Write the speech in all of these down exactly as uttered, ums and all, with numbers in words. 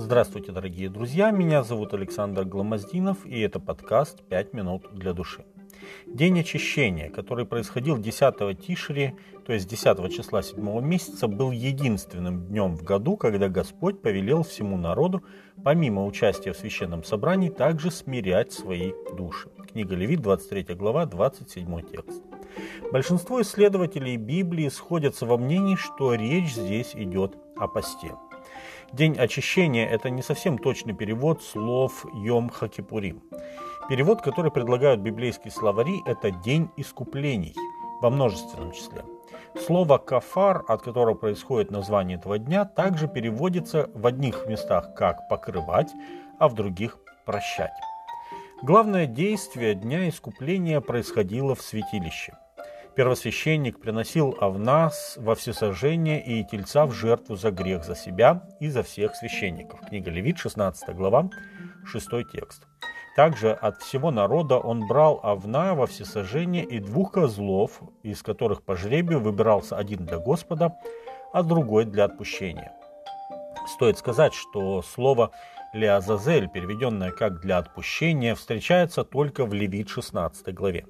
Здравствуйте, дорогие друзья, меня зовут Александр Гломоздинов, и это подкаст «пять минут для души». День очищения, который происходил десятого Тишри, то есть десятого числа седьмого месяца, был единственным днем в году, когда Господь повелел всему народу, помимо участия в священном собрании, также смирять свои души. Книга Левит, двадцать третья глава, двадцать седьмой текст. Большинство исследователей Библии сходятся во мнении, что речь здесь идет о посте. День очищения – это не совсем точный перевод слов Йом Хакипурим. Перевод, который предлагают библейские словари, это «день искуплений» во множественном числе. Слово «кафар», от которого происходит название этого дня, также переводится в одних местах как «покрывать», а в других «прощать». Главное действие Дня искупления происходило в святилище. Первосвященник приносил овна во всесожжение и тельца в жертву за грех за себя и за всех священников. Книга Левит, шестнадцатая глава, шестой текст. Также от всего народа он брал овна во всесожжение и двух козлов, из которых по жребию выбирался один для Господа, а другой для отпущения. Стоит сказать, что слово «леазазель», переведенное как «для отпущения», встречается только в Левит шестнадцатой главе.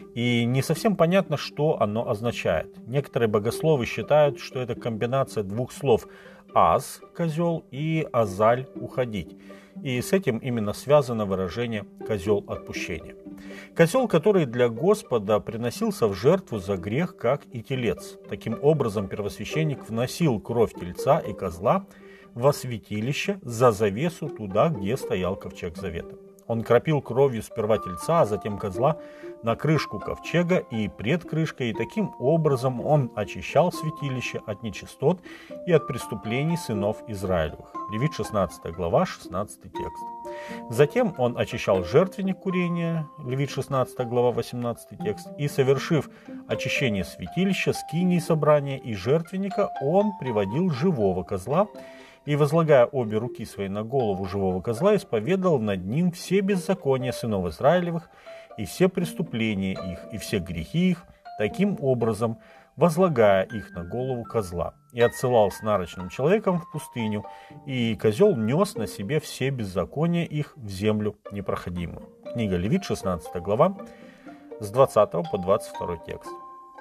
И не совсем понятно, что оно означает. Некоторые богословы считают, что это комбинация двух слов «аз» – козел и «азаль» – уходить. И с этим именно связано выражение «козел отпущения». Козел, который для Господа приносился в жертву за грех, как и телец. Таким образом, первосвященник вносил кровь тельца и козла во святилище за завесу туда, где стоял ковчег завета. Он кропил кровью сперва тельца, а затем козла на крышку ковчега и пред крышкой, и таким образом он очищал святилище от нечистот и от преступлений сынов Израилевых. Левит шестнадцатая глава, шестнадцатый текст. Затем он очищал жертвенник курения, Левит шестнадцатая глава, восемнадцатый текст, и, совершив очищение святилища, скинии собрания и жертвенника, он приводил живого козла, и, возлагая обе руки свои на голову живого козла, исповедал над ним все беззакония сынов Израилевых и все преступления их, и все грехи их, таким образом возлагая их на голову козла. И отсылал с нарочным человеком в пустыню, и козел нес на себе все беззакония их в землю непроходимую. Книга Левит, шестнадцатая глава, с двадцатого по двадцать второй текст.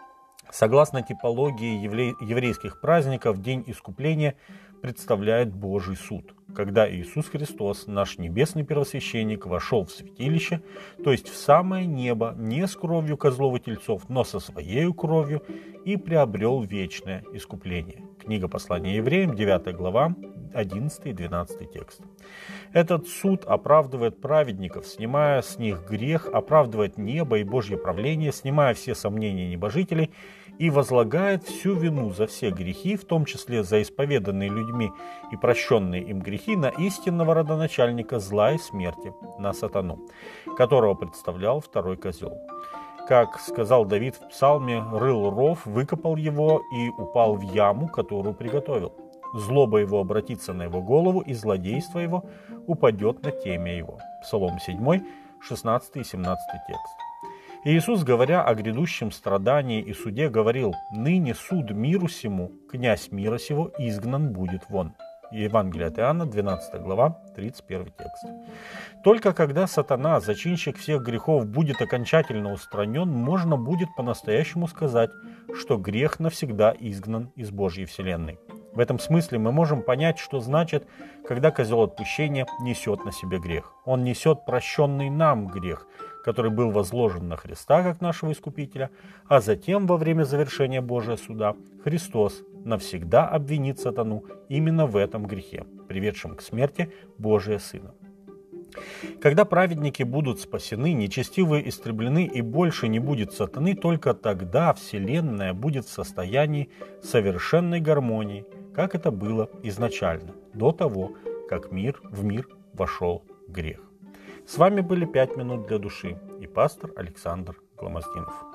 Согласно типологии еврейских праздников, День искупления представляет Божий суд, когда Иисус Христос, наш небесный первосвященник, вошел в святилище, то есть в самое небо, не с кровью козлов и тельцов, но со своей кровью, и приобрел вечное искупление. Книга Послания евреям, девятая глава, одиннадцатый и двенадцатый текст. Этот суд оправдывает праведников, снимая с них грех, оправдывает небо и Божье правление, снимая все сомнения небожителей и возлагает всю вину за все грехи, в том числе за исповеданные людьми и прощенные им грехи, на истинного родоначальника зла и смерти, на сатану, которого представлял второй козел. Как сказал Давид в псалме, рыл ров, выкопал его и упал в яму, которую приготовил. Злоба его обратится на его голову, и злодейство его упадет на темя его. Псалом седьмой, шестнадцатый и семнадцатый текст. Иисус, говоря о грядущем страдании и суде, говорил: «Ныне суд миру сему, князь мира сего изгнан будет вон». Евангелие от Иоанна, двенадцатая глава, тридцать первый текст. Только когда сатана, зачинщик всех грехов, будет окончательно устранен, можно будет по-настоящему сказать, что грех навсегда изгнан из Божьей вселенной. В этом смысле мы можем понять, что значит, когда козел отпущения несет на себе грех. Он несет прощенный нам грех, который был возложен на Христа как нашего Искупителя, а затем во время завершения Божьего суда Христос навсегда обвинит сатану именно в этом грехе, приведшем к смерти Божия Сына. Когда праведники будут спасены, нечестивые истреблены и больше не будет сатаны, только тогда вселенная будет в состоянии совершенной гармонии, как это было изначально, до того, как мир в мир вошел грех. С вами были «пять минут для души» и пастор Александр Гломоздинов.